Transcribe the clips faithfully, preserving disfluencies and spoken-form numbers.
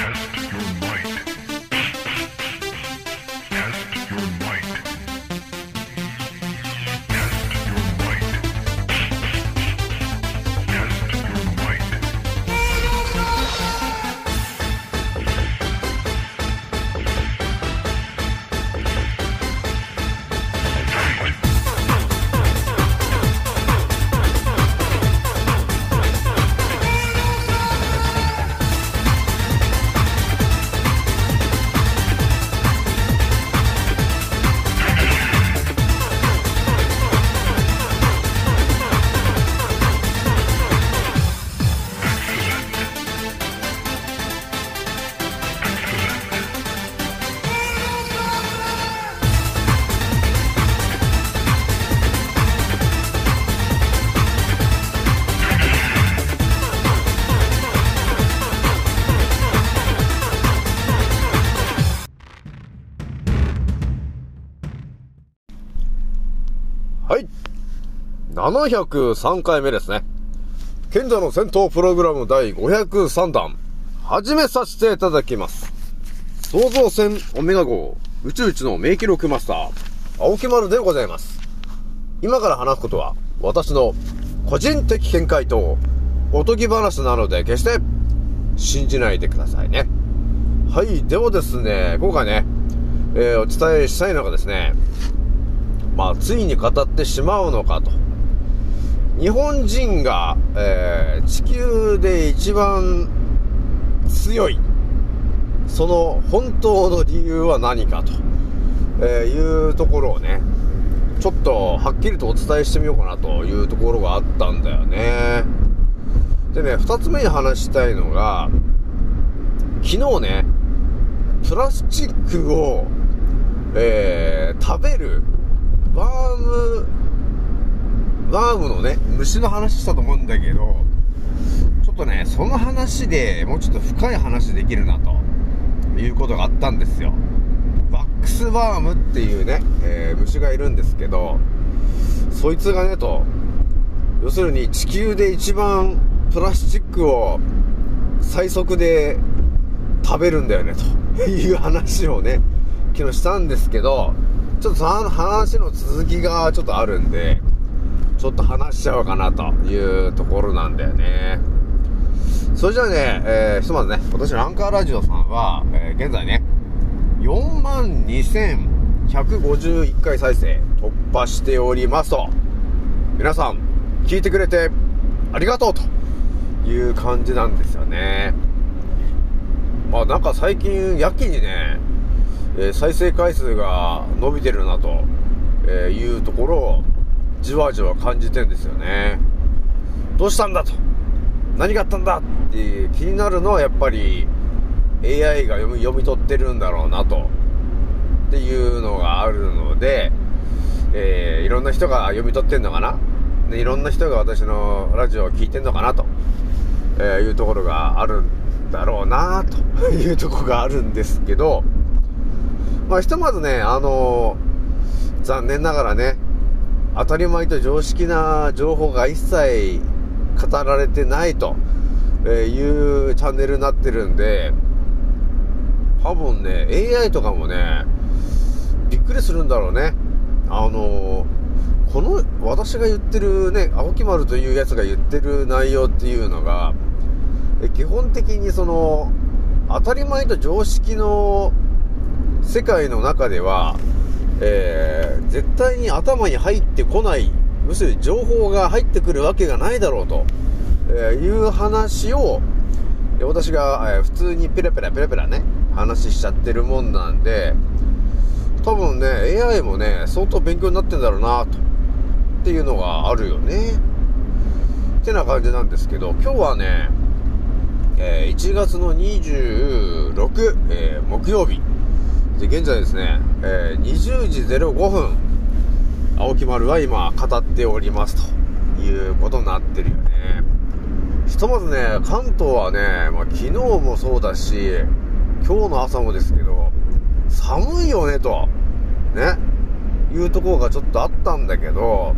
はい。ななひゃくさんかいめですね。賢者の戦闘プログラムだいごひゃくさんだん、始めさせていただきます。創造船オメガ号宇宙一の名記録マスター、青木丸でございます。今から話すことは、私の個人的見解とおとぎ話なので、決して信じないでくださいね。はい。ではですね、今回ね、えー、お伝えしたいのがですね、まあ、ついに語ってしまうのかと。日本人が、えー、地球で一番強い、その本当の理由は何かと、えー、いうところをね、ちょっとはっきりとお伝えしてみようかなというところがあったんだよね。でね、二つ目に話したいのが、昨日ね、プラスチックを、えー、食べるワーム、ワームのね、虫の話したと思うんだけど、ちょっとね、その話でもうちょっと深い話できるなということがあったんですよ。ワックスワームっていうね、えー、虫がいるんですけど、そいつがねと、要するに地球で一番プラスチックを最速で食べるんだよねという話をね、昨日したんですけど、ちょっとその話の続きがちょっとあるんで、ちょっと話しちゃおうかなというところなんだよね。それじゃあね、えー、ひとまずね、私のアンカーラジオさんは、えー、現在ね、よんまんにせんひゃくごじゅういっかい再生突破しておりますと。皆さん、聞いてくれてありがとうという感じなんですよね。まあなんか最近、やけにね、えー、再生回数が伸びてるなと、えー、いうところをじわじわ感じてんですよね。どうしたんだと、何があったんだって気になるのはやっぱり エーアイ が読み、読み取ってるんだろうなとっていうのがあるので、えー、いろんな人が読み取ってんのかな、でいろんな人が私のラジオを聞いてんのかなと、えー、いうところがあるんだろうなというところがあるんですけど、まあ、ひとまずね、あのー、残念ながらね、当たり前と常識な情報が一切語られてないというチャンネルになってるんで、多分ね、エーアイ とかもね、びっくりするんだろうね。あのー、この、私が言ってるね、青木丸というやつが言ってる内容っていうのが、基本的にその、当たり前と常識の世界の中では、えー、絶対に頭に入ってこない、むしろ情報が入ってくるわけがないだろうと、えー、いう話を私が、えー、普通にペラペラペラペラね話しちゃってるもんなんで、多分ね エーアイ もね相当勉強になってんだろうなとっていうのがあるよねってな感じなんですけど、今日はね、えー、いちがつのにじゅうろく、えー、木曜日で、現在ですね、えー、にじゅうじぜろごふん、青木丸は今語っておりますということになってるよね。ひとまずね、関東はね、まあ、昨日もそうだし今日の朝もですけど、寒いよねとねいうところがちょっとあったんだけど、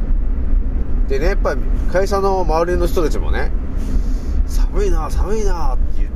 でね、やっぱり会社の周りの人たちもね、寒いな寒いなって言って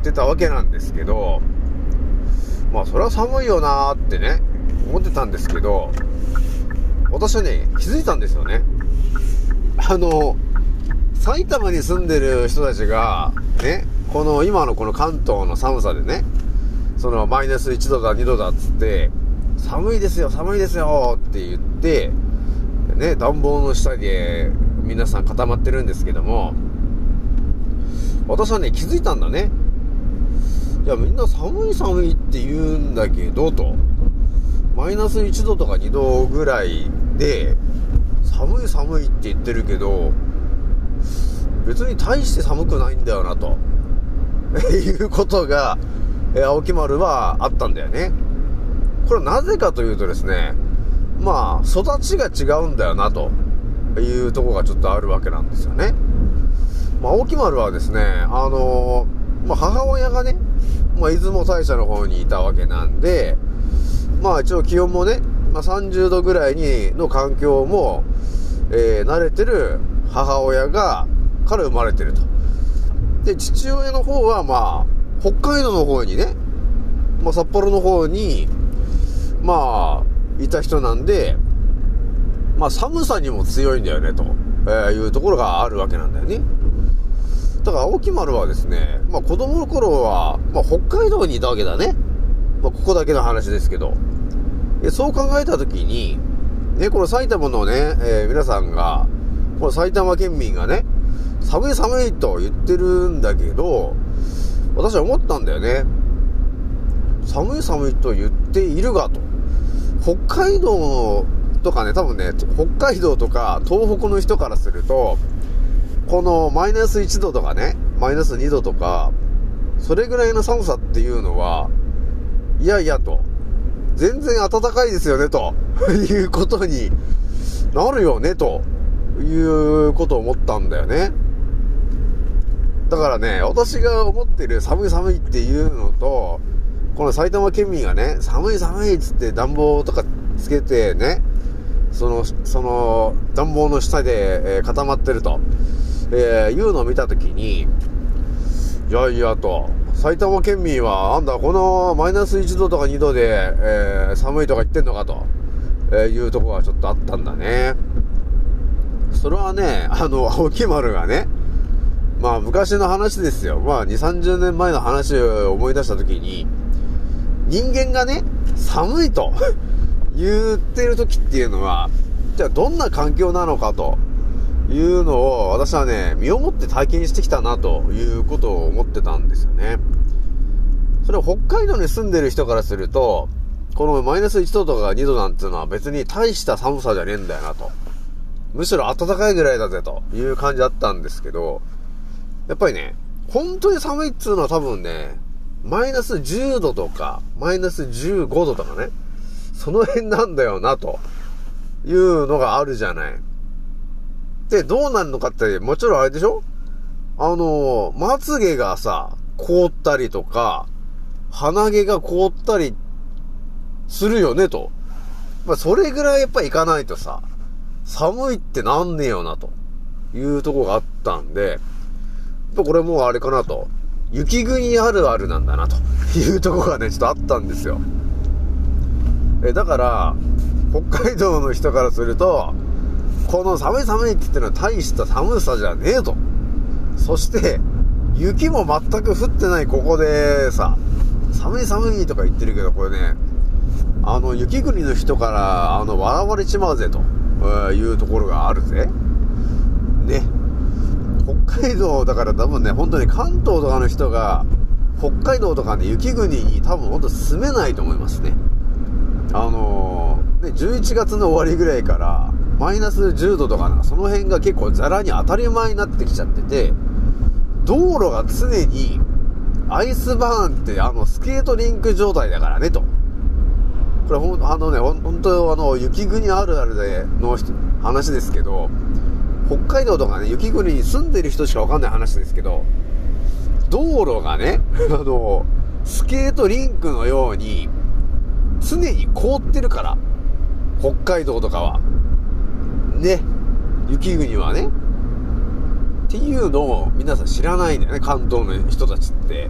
ってたわけなんですけど、まあそれは寒いよなーってね思ってたんですけど、私はね気づいたんですよね。あの埼玉に住んでる人たちがね、この今のこの関東の寒さでね、そのマイナスいちどだにどだっつって寒いですよ寒いですよって言ってね、暖房の下で皆さん固まってるんですけども、私はね気づいたんだね。いやみんな寒い寒いって言うんだけどと、マイナスいちどとかにどぐらいで寒い寒いって言ってるけど、別に大して寒くないんだよなということが、えー、青木丸はあったんだよね。これはなぜかというとですね、まあ育ちが違うんだよなというところがちょっとあるわけなんですよね。まあ、青木丸はですね、あのー、まあ、母親がね、まあ、出雲大社の方にいたわけなんで、まあ一応気温もね、まあ、さんじゅうどぐらいにの環境も、えー、慣れてる母親がから生まれてると。で父親の方はまあ北海道の方にね、まあ、札幌の方にまあいた人なんで、まあ寒さにも強いんだよねと、えー、いうところがあるわけなんだよね。だから青木丸はですね、まあ子供の頃は、まあ、北海道にいたわけだね。まあ、ここだけの話ですけど、でそう考えたときに、ね、この埼玉のね、えー、皆さんが、この埼玉県民がね、寒い寒いと言ってるんだけど、私は思ったんだよね。寒い寒いと言っているがと。北海道とかね、多分ね、北海道とか東北の人からすると、このマイナスいちどとかね、マイナスにどとか、それぐらいの寒さっていうのは、いやいやと、全然暖かいですよねということになるよねということを思ったんだよね。だからね、私が思ってる寒い寒いっていうのと、この埼玉県民がね、寒い寒いっつって暖房とかつけてね、そのその暖房の下で、えー、固まってると、えー、いうのを見たときに、いやいやと、埼玉県民はあんだこのマイナスいちどとかにどで、えー、寒いとか言ってんのかと、えー、いうところがちょっとあったんだね。それはね、あの青木丸がね、まあ昔の話ですよ。まあにじゅう、さんじゅうねんまえの話を思い出したときに、人間がね寒いと言ってる時っていうのは、じゃあどんな環境なのかというのを私はね身をもって体験してきたなということを思ってたんですよね。それは北海道に住んでる人からすると、このマイナスいちどとかにどなんていうのは別に大した寒さじゃねえんだよなと、むしろ暖かいぐらいだぜという感じだったんですけど、やっぱりね本当に寒いっつうのは多分ねマイナスじゅうどとかマイナスじゅうごどとかね、その辺なんだよなというのがあるじゃない。でどうなるのかって、もちろんあれでしょ、あのまつげがさ凍ったりとか鼻毛が凍ったりするよねと、まあそれぐらいやっぱいかないとさ寒いってなんねえよなというとこがあったんで、これもうあれかなと、雪国あるあるなんだなというところがねちょっとあったんですよ。えだから北海道の人からすると、この寒い寒いって言ってるのは大した寒さじゃねえと。そして雪も全く降ってないここでさ、寒い寒いとか言ってるけど、これねあの雪国の人からあの笑われちまうぜというところがあるぜね。北海道だから多分ね、本当に関東とかの人が北海道とかね雪国に多分本当住めないと思いますね。あのー、ねじゅういちがつの終わりぐらいからマイナスじゅうどとかなんかその辺が結構ザラに当たり前になってきちゃってて、道路が常にアイスバーンってあのスケートリンク状態だからねと。これほんあのね本当あの雪国あるあるでの話ですけど、北海道とかね雪国に住んでる人しかわかんない話ですけど、道路がねあのスケートリンクのように常に凍ってるから、北海道とかはね、雪国はねっていうのを皆さん知らないんだよね、関東の人たちって。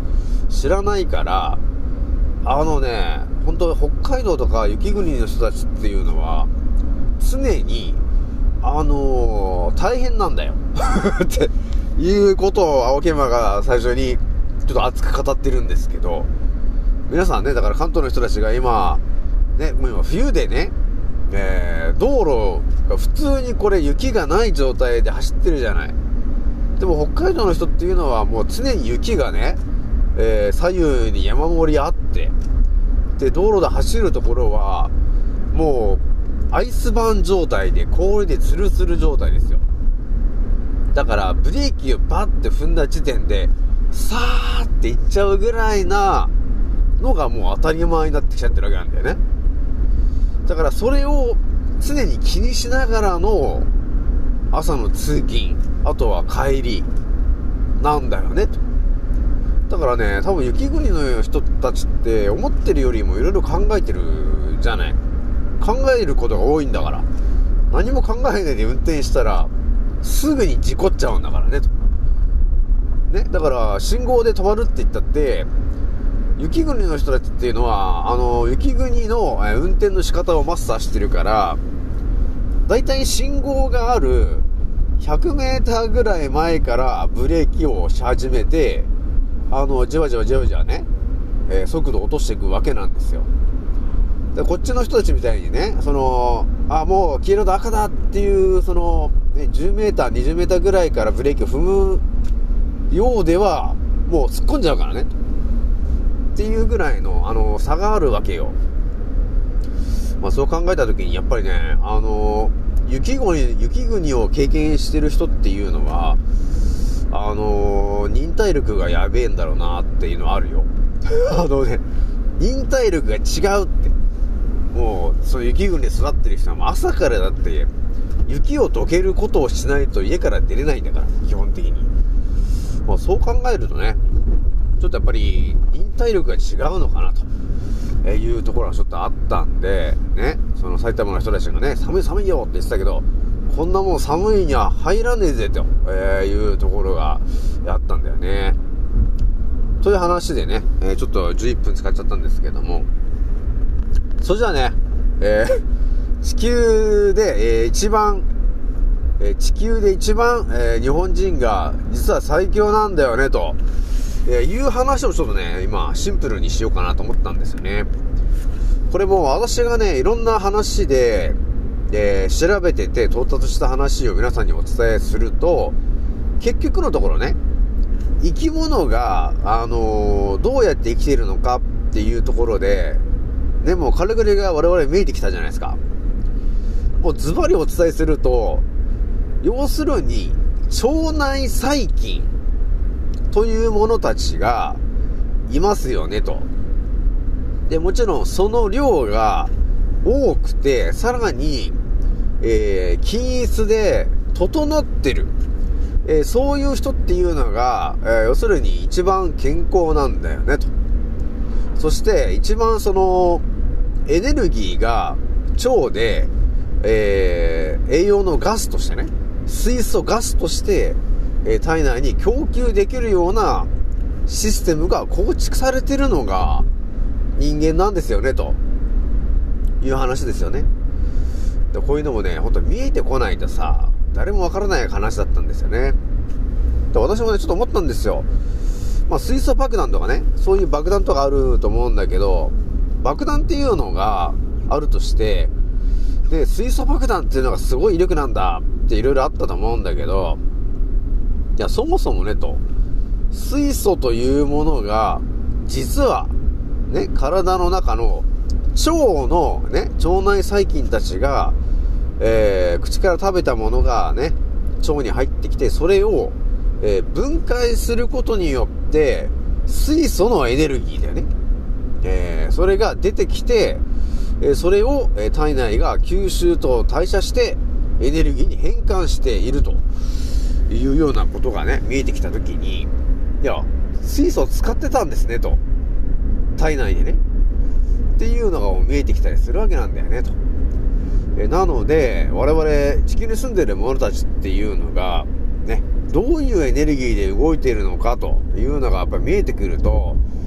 知らないから、あのね、本当北海道とか雪国の人たちっていうのは常にあのー、大変なんだよっていうことを青木山が最初にちょっと熱く語ってるんですけど、皆さんね、だから関東の人たちが今ね、もう今冬でね、えー、道路が普通にこれ雪がない状態で走ってるじゃない。でも北海道の人っていうのはもう常に雪がね、えー、左右に山盛りあって、で道路で走るところはもうアイスバーン状態で氷でツルツル状態ですよ。だからブレーキをバッて踏んだ時点でさーっていっちゃうぐらいなのがもう当たり前になってきちゃってるわけなんだよね。だからそれを常に気にしながらの朝の通勤、あとは帰りなんだよねと。だからね、多分雪国の人たちって思ってるよりもいろいろ考えてるじゃない。考えることが多いんだから、何も考えないで運転したらすぐに事故っちゃうんだからねと。ね、だから信号で止まるって言ったって雪国の人たちっていうのはあの雪国の運転の仕方をマスターしてるから、だいたい信号があるひゃくメーターぐらい前からブレーキをし始めて、あのじわじわじわじわね、えー、速度を落としていくわけなんですよ。でこっちの人たちみたいにね、そのあもう黄色だ赤だっていうその、ね、じゅうメーターにじゅうメーターぐらいからブレーキを踏むようではもう突っ込んじゃうからねっていうぐらいのあの差があるわけよ。まあそう考えた時にやっぱりね、あの雪国雪国を経験してる人っていうのはあの忍耐力がやべえんだろうなっていうのはあるよあのね、忍耐力が違うって。もうその雪国で育ってる人は朝からだって雪を溶けることをしないと家から出れないんだから、基本的に。まあそう考えるとね、ちょっとやっぱり忍耐力が違うのかなというところがちょっとあったんでね、その埼玉の人たちがね、寒い寒いよって言ってたけど、こんなもん寒いには入らねえぜというところがあったんだよね。という話でね、えー、ちょっとじゅういっぷん使っちゃったんですけども、それじゃあね、えー、地球で、えー、一番、えー、地球で一番、えー、日本人が実は最強なんだよねと、えー、いう話をちょっとね、今シンプルにしようかなと思ったんですよね。これも私がね、いろんな話で、えー、調べてて到達した話を皆さんにお伝えすると、結局のところね、生き物が、あのー、どうやって生きているのかっていうところでね、もうカルグリが我々見えてきたじゃないですか。もうズバリお伝えすると、要するに腸内細菌というものたちがいますよねと。でもちろんその量が多くて、さらに、えー、均一で整ってる、えー、そういう人っていうのが、えー、要するに一番健康なんだよねと。そして一番そのエネルギーが腸で、えー、栄養のガスとしてね、水素ガスとして、えー、体内に供給できるようなシステムが構築されてるのが人間なんですよねという話ですよね。でこういうのもね、本当に見えてこないとさ、誰もわからない話だったんですよね。で私もね、ちょっと思ったんですよ。まあ水素爆弾とかね、そういう爆弾とかあると思うんだけど、爆弾っていうのがあるとして、で水素爆弾っていうのがすごい威力なんだっていろいろあったと思うんだけど、いやそもそもねと、水素というものが実はね、体の中の腸のね、腸内細菌たちが、えー、口から食べたものがね、腸に入ってきて、それを、えー、分解することによって水素のエネルギーだよね、えー、それが出てきて、えー、それを、えー、体内が吸収と代謝してエネルギーに変換しているというようなことがね、見えてきたときに、いや水素を使ってたんですねと、体内でねっていうのが見えてきたりするわけなんだよねと。えなので我々地球に住んでいる者たちっていうのがね、どういうエネルギーで動いているのかというのがやっぱり見えてくると、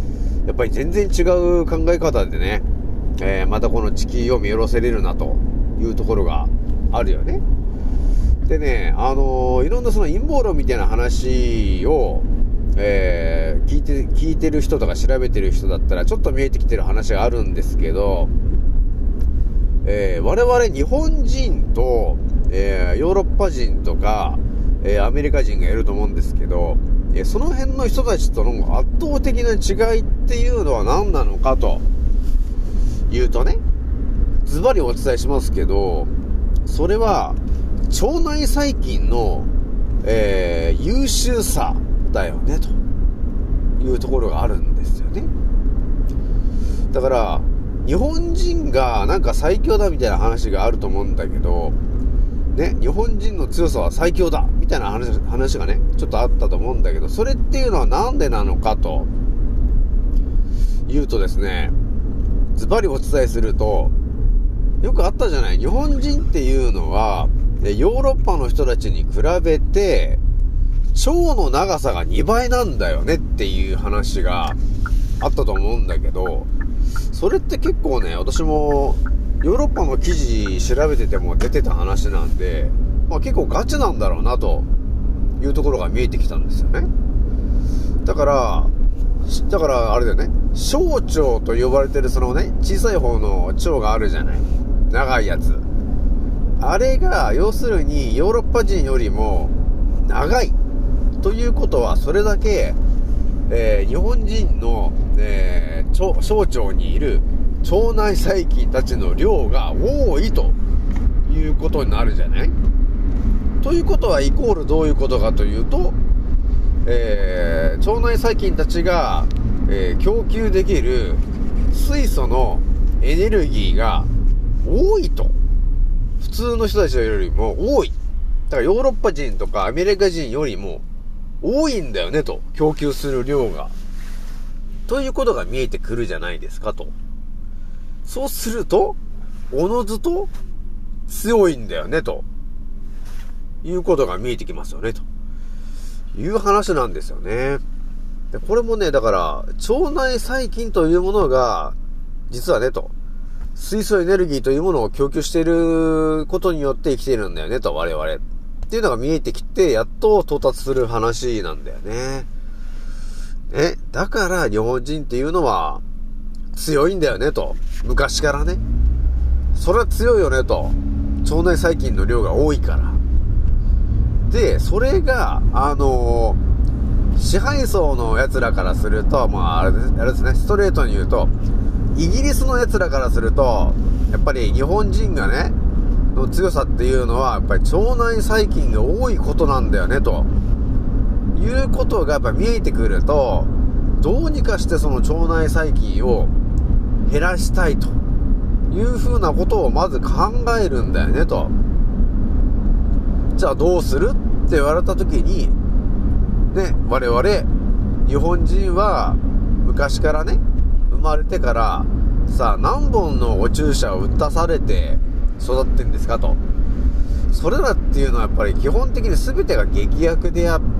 やっぱり全然違う考え方でね、えー、またこの地球を見下ろせれるなというところがあるよね。でね、あのー、いろんなその陰謀論みたいな話を、えー、聞いて、聞いてる人とか調べてる人だったらちょっと見えてきてる話があるんですけど、えー、我々日本人と、えー、ヨーロッパ人とか、えー、アメリカ人がいると思うんですけど、えー、その辺の人たちとの圧倒的な違いっていうのは何なのかというとね、ズバリお伝えしますけど、それは腸内細菌の、えー、優秀さだよねというところがあるんですよね。だから日本人がなんか最強だみたいな話があると思うんだけどね、日本人の強さは最強だみたいな 話, 話がねちょっとあったと思うんだけど、それっていうのはなんでなのかというとですね、ズバリお伝えすると、よくあったじゃない、日本人っていうのはヨーロッパの人たちに比べて腸の長さがにばいなんだよねっていう話があったと思うんだけど、それって結構ね、私もヨーロッパの記事調べてても出てた話なんで、まあ結構ガチなんだろうなというところが見えてきたんですよね。だからだからあれだよね、小腸と呼ばれてるそのね小さい方の腸があるじゃない、長いやつ、あれが要するにヨーロッパ人よりも長いということは、それだけ、えー、日本人の、えー、腸小腸にいる腸内細菌たちの量が多いということになるじゃない。ということはイコールどういうことかというと、えー、腸内細菌たちが、えー、供給できる水素のエネルギーが多いと、普通の人たちよりも多い。だからヨーロッパ人とかアメリカ人よりも多いんだよねと、供給する量が。ということが見えてくるじゃないですかと。そうすると、おのずと強いんだよねということが見えてきますよねという話なんですよね。でこれもね、だから腸内細菌というものが実はねと、水素エネルギーというものを供給していることによって生きているんだよねと、我々っていうのが見えてきて、やっと到達する話なんだよね。え、だから日本人っていうのは強いんだよねと、昔からね。それは強いよねと、腸内細菌の量が多いから。で、それがあのー、支配層の奴らからすると、まああれです、あれですね、ストレートに言うと、イギリスの奴らからすると、やっぱり日本人がねの強さっていうのはやっぱり腸内細菌が多いことなんだよねということがやっぱ見えてくると、どうにかしてその腸内細菌を減らしたいというふうなことをまず考えるんだよねと。じゃあどうするって言われた時にね、我々日本人は昔からね、生まれてからさあ何本のお注射を打たされて育ってんですかと。それらっていうのはやっぱり基本的に全てが劇薬であって、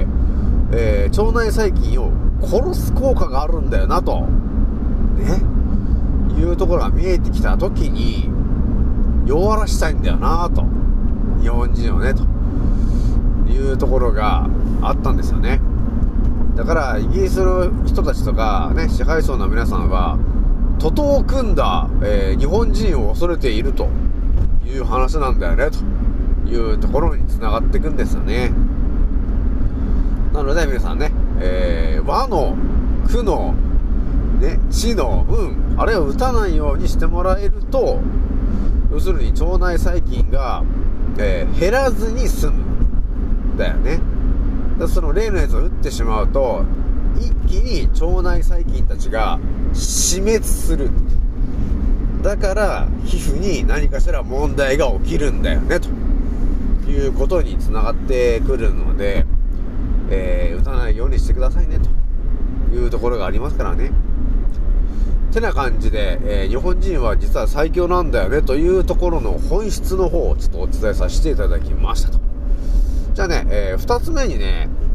えー、腸内細菌を殺す効果があるんだよなとね、いうところが見えてきた時に弱らしたいんだよなと、日本人をねというところがあったんですよね。だからイギリスの人たちとかね、支配層の皆さんは徒党を組んだ、えー、日本人を恐れているという話なんだよねというところに繋がっていくんですよね。なので皆さんね、えー、和の苦のね、知の運、あれを打たないようにしてもらえると、要するに腸内細菌が、えー、減らずに済むだよね。だその例のやつを打ってしまうと一気に腸内細菌たちが死滅する。だから皮膚に何かしら問題が起きるんだよねということにつながってくるので、えー、打たないようにしてくださいねというところがありますからね。てな感じで、えー、日本人は実は最強なんだよねというところの本質の方をちょっとお伝えさせていただきましたと。じゃあね、えー、二つ目にね、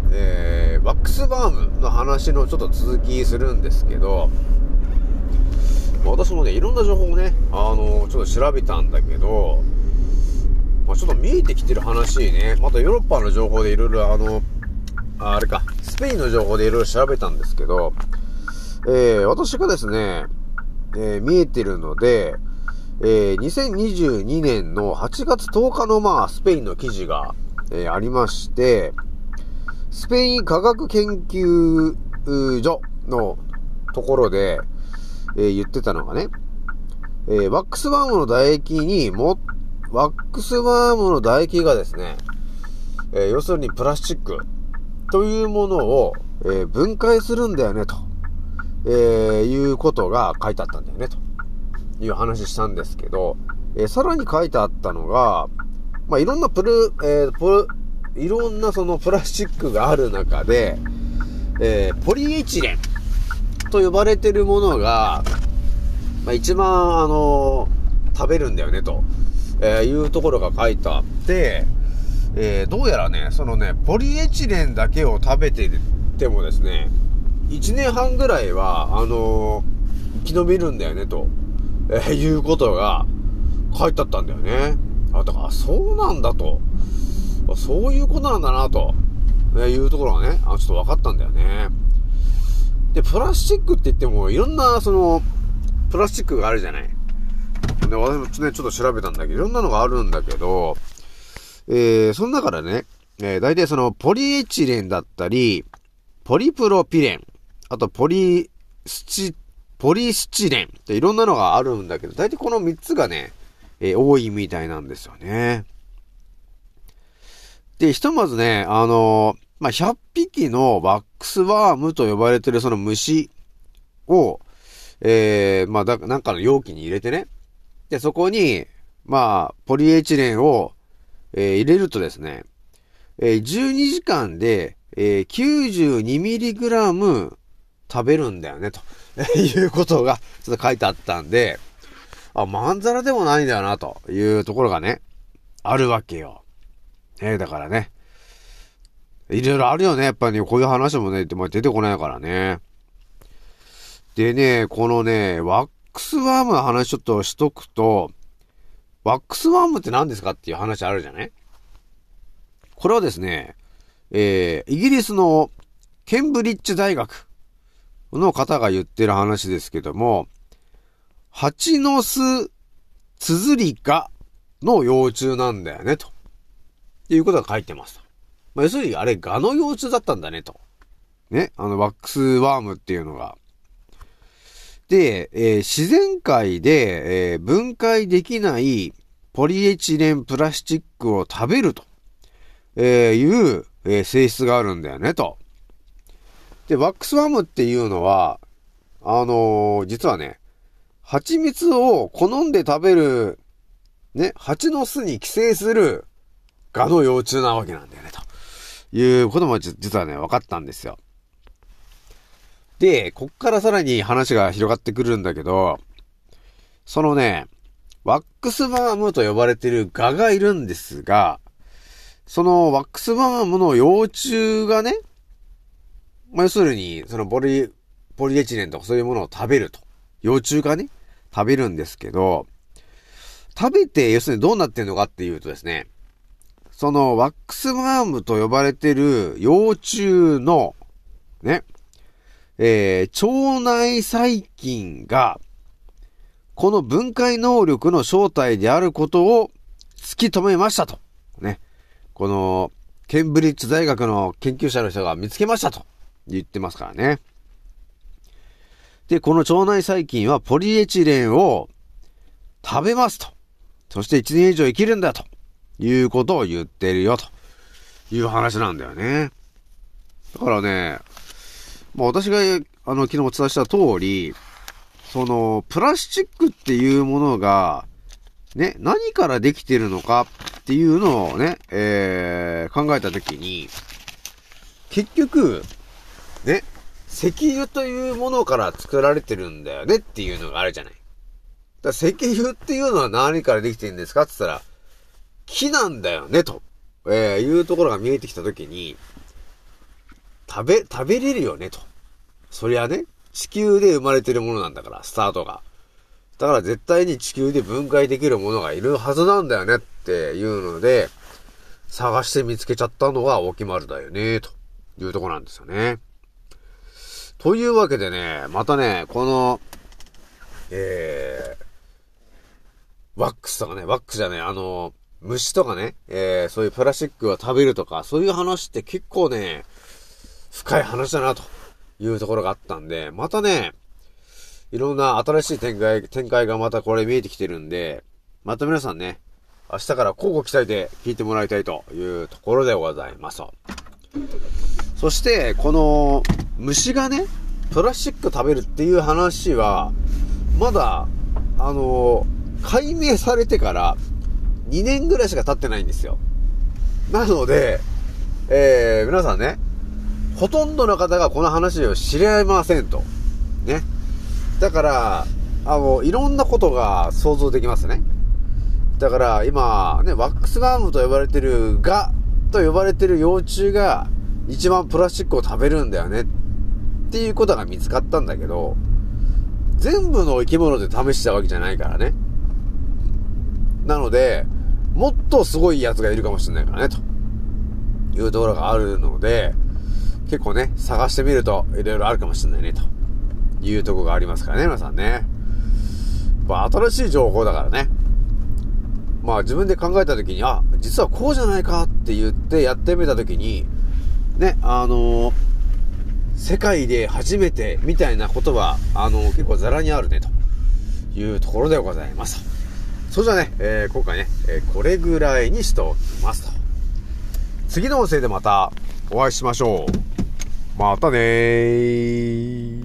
えー、ワックスバームの話のちょっと続きするんですけど、私もね、いろんな情報をね、あのー、ちょっと調べたんだけど、まあ、ちょっと見えてきてる話ね、またヨーロッパの情報でいろいろあの、あ、あれか、スペインの情報でいろいろ調べたんですけど、えー、私がですね、えー、見えてるので、えー、にせんにじゅうにねんのはちがつとおかのまあ、スペインの記事が、えー、ありまして、スペイン科学研究所のところで、えー、言ってたのがね、えー、ワックスワームの唾液にも、ワックスワームの唾液がですね、えー、要するにプラスチックというものを、えー、分解するんだよねと、えー、いうことが書いてあったんだよねという話したんですけど、えー、さらに書いてあったのが、まあ、いろんなプル、えー、プル、いろんなそのプラスチックがある中で、えー、ポリエチレンと呼ばれてるものが、まあ、一番あのー、食べるんだよねと、えー、いうところが書いてあって、えー、どうやらね、そのね、ポリエチレンだけを食べててもですね、いちねんはんぐらいは、あのー、生き延びるんだよねと、えー、いうことが書いてあったんだよね。あ、だからそうなんだと、そういうことなんだなと、えー、いうところがね、あ、ちょっと分かったんだよね。で、プラスチックって言ってもいろんなそのプラスチックがあるじゃない。で、私もね、ちょっと調べたんだけど、いろんなのがあるんだけど、えー、その中でね、えー、大体そのポリエチレンだったり、ポリプロピレン、あとポリスチ、ポリスチレンっていろんなのがあるんだけど、大体このみっつがね、えー、多いみたいなんですよね。で、ひとまずね、あのー、まあ、ひゃっぴきのワックスワームと呼ばれてるその虫を、えー、まあ、だ、なんかの容器に入れてね。で、そこに、まあ、ポリエチレンを、えー、入れるとですね、えー、じゅうにじかんで、えー、きゅうじゅうにミリグラム 食べるんだよね、ということが、ちょっと書いてあったんで、あ、まんざらでもないんだよな、というところがね、あるわけよ。えー、だからね、いろいろあるよね、やっぱりね、こういう話もね、出てこないからね。でね、このね、ワックスワームの話ちょっとしとくと、ワックスワームって何ですかっていう話あるじゃない？これはですね、えー、イギリスのケンブリッジ大学の方が言ってる話ですけども、蜂の巣ツズリカの幼虫なんだよね、ということが書いてます。まあ、要するにあれガの幼虫だったんだね、と。ね、あのワックスワームっていうのが。で、えー、自然界で、えー、分解できないポリエチレンプラスチックを食べると、えー、いう、えー、性質があるんだよねと。で、ワックスワームっていうのは、あのー、実はね、蜂蜜を好んで食べる、ね、蜂の巣に寄生するガの幼虫なわけなんだよねということも実はね、分かったんですよ。で、こっからさらに話が広がってくるんだけど、そのね、ワックスワームと呼ばれているガがいるんですが、そのワックスワームの幼虫がね、まあ、要するに、そのポリ、ポリエチレンとかそういうものを食べると。幼虫がね、食べるんですけど、食べて、要するにどうなってんのかっていうとですね、そのワックスワームと呼ばれている幼虫の、ね、えー、腸内細菌が、この分解能力の正体であることを突き止めましたと。ね。この、ケンブリッジ大学の研究者の人が見つけましたと言ってますからね。で、この腸内細菌はポリエチレンを食べますと。そしていちねん以上生きるんだということを言ってるよという話なんだよね。だからね、まあ、私があの昨日お伝えした通り、そのプラスチックっていうものがね、何からできてるのかっていうのをね、えー、考えたときに、結局ね、石油というものから作られてるんだよねっていうのがあるじゃない。だから石油っていうのは何からできてるんですかって言ったら、木なんだよねと、えー、いうところが見えてきたときに、 食べ、食べれるよねと。そりゃね、地球で生まれてるものなんだから、スタートが。だから絶対に地球で分解できるものがいるはずなんだよねっていうので、探して見つけちゃったのが沖丸だよね、というとこなんですよね。というわけでね、またね、この、えー、ワックスとかね、ワックスじゃね、あの、虫とかね、えー、そういうプラスチックを食べるとか、そういう話って結構ね、深い話だな、というところがあったんで、またね、いろんな新しい展開、展開がまたこれ見えてきてるんで、また皆さんね、明日から交互期待で聞いてもらいたいというところでございます。そして、この虫がね、プラスチック食べるっていう話は、まだ、あのー、解明されてからにねんぐらいしか経ってないんですよ。なので、えー、皆さんね、ほとんどの方がこの話を知りませんと。ね。だから、あの、いろんなことが想像できますね。だから、今、ね、ワックスワームと呼ばれてるガと呼ばれてる幼虫が一番プラスチックを食べるんだよねっていうことが見つかったんだけど、全部の生き物で試したわけじゃないからね。なので、もっとすごいやつがいるかもしれないからね、というところがあるので、結構ね、探してみるといろいろあるかもしれないね、というところがありますからね、皆さんね。まあ、新しい情報だからね。まあ、自分で考えたときに、あ、実はこうじゃないかって言ってやってみたときに、ね、あのー、世界で初めてみたいなことは、あのー、結構ザラにあるね、というところでございます。それじゃあね、えー、今回ね、えー、これぐらいにしておきますと。次の音声でまたお会いしましょう。またねー。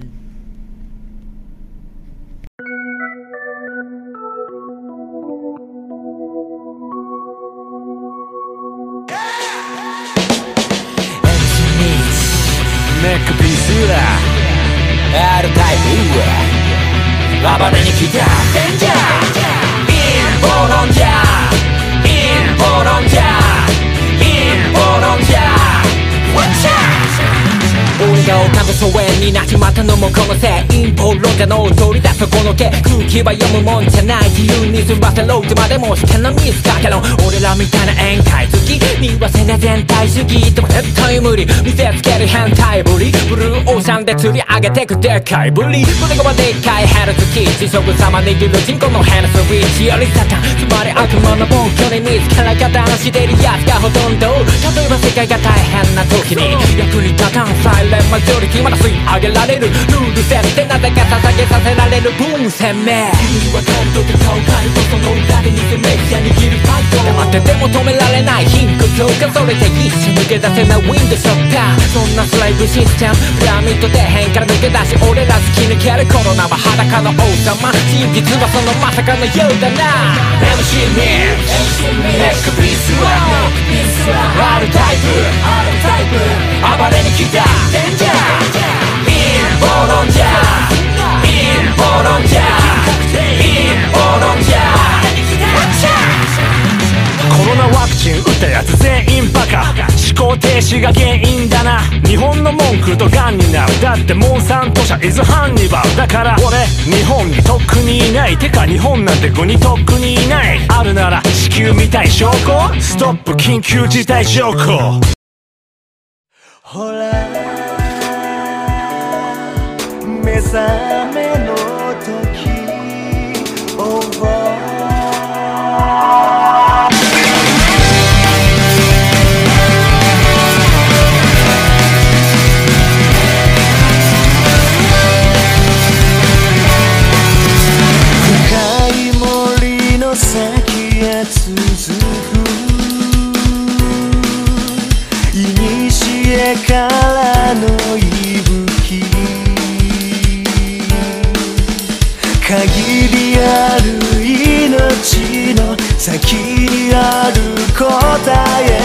ネックピースだ R タイプ暴れに来たデンジャーインボロンジャーインボロンジャーインボロンジャーワッチャー俺が丘の疎遠になっちまったのもこのせい陰謀論者の通りだそこのけ空気は読むもんじゃない自由に済ませろってまでもしてのミスかけろ俺らみたいな宴会好き見わせな全体主義でも絶対無理見せつける変態ぶりブルーオーシャンで釣り上げてくでっかいぶり胸がでっかいヘルツキー地食様握る人口のヘルスウィッチよりサタンつまり悪魔の暴挙に見つから方のしてるやつがほとんど例えば世界が大変な時に役に立たんサイレンマジョリティまだ吸い上げられるルール設定なぜか捧げさせられるブーム鮮明君は感動で顔変えるとその裏で偽メディア握るファイト黙ってても止められない貧困強化それで一瞬抜け出せないウィンドショッターそんなスライブシステムピラミッド底辺から抜け出し俺ら突き抜けるコロナは裸の王様真実はそのまさかのようだな エムシー ミックネックピースは R タイプ暴れに来たデンジャーインボロンジャーインボロンジャーインボロンジャーコロナワクチン打ったやつ全員バカ思考停止が原因だな日本の文句とガンになるだってモンサント社イズハンニバルだから俺日本にとっくにいないてか日本なんて国とっくにいないあるなら地球みたい証拠ストップ緊急事態証拠ほら目覚めの時 Over先へ続く古からの息吹限りある命の先にある答え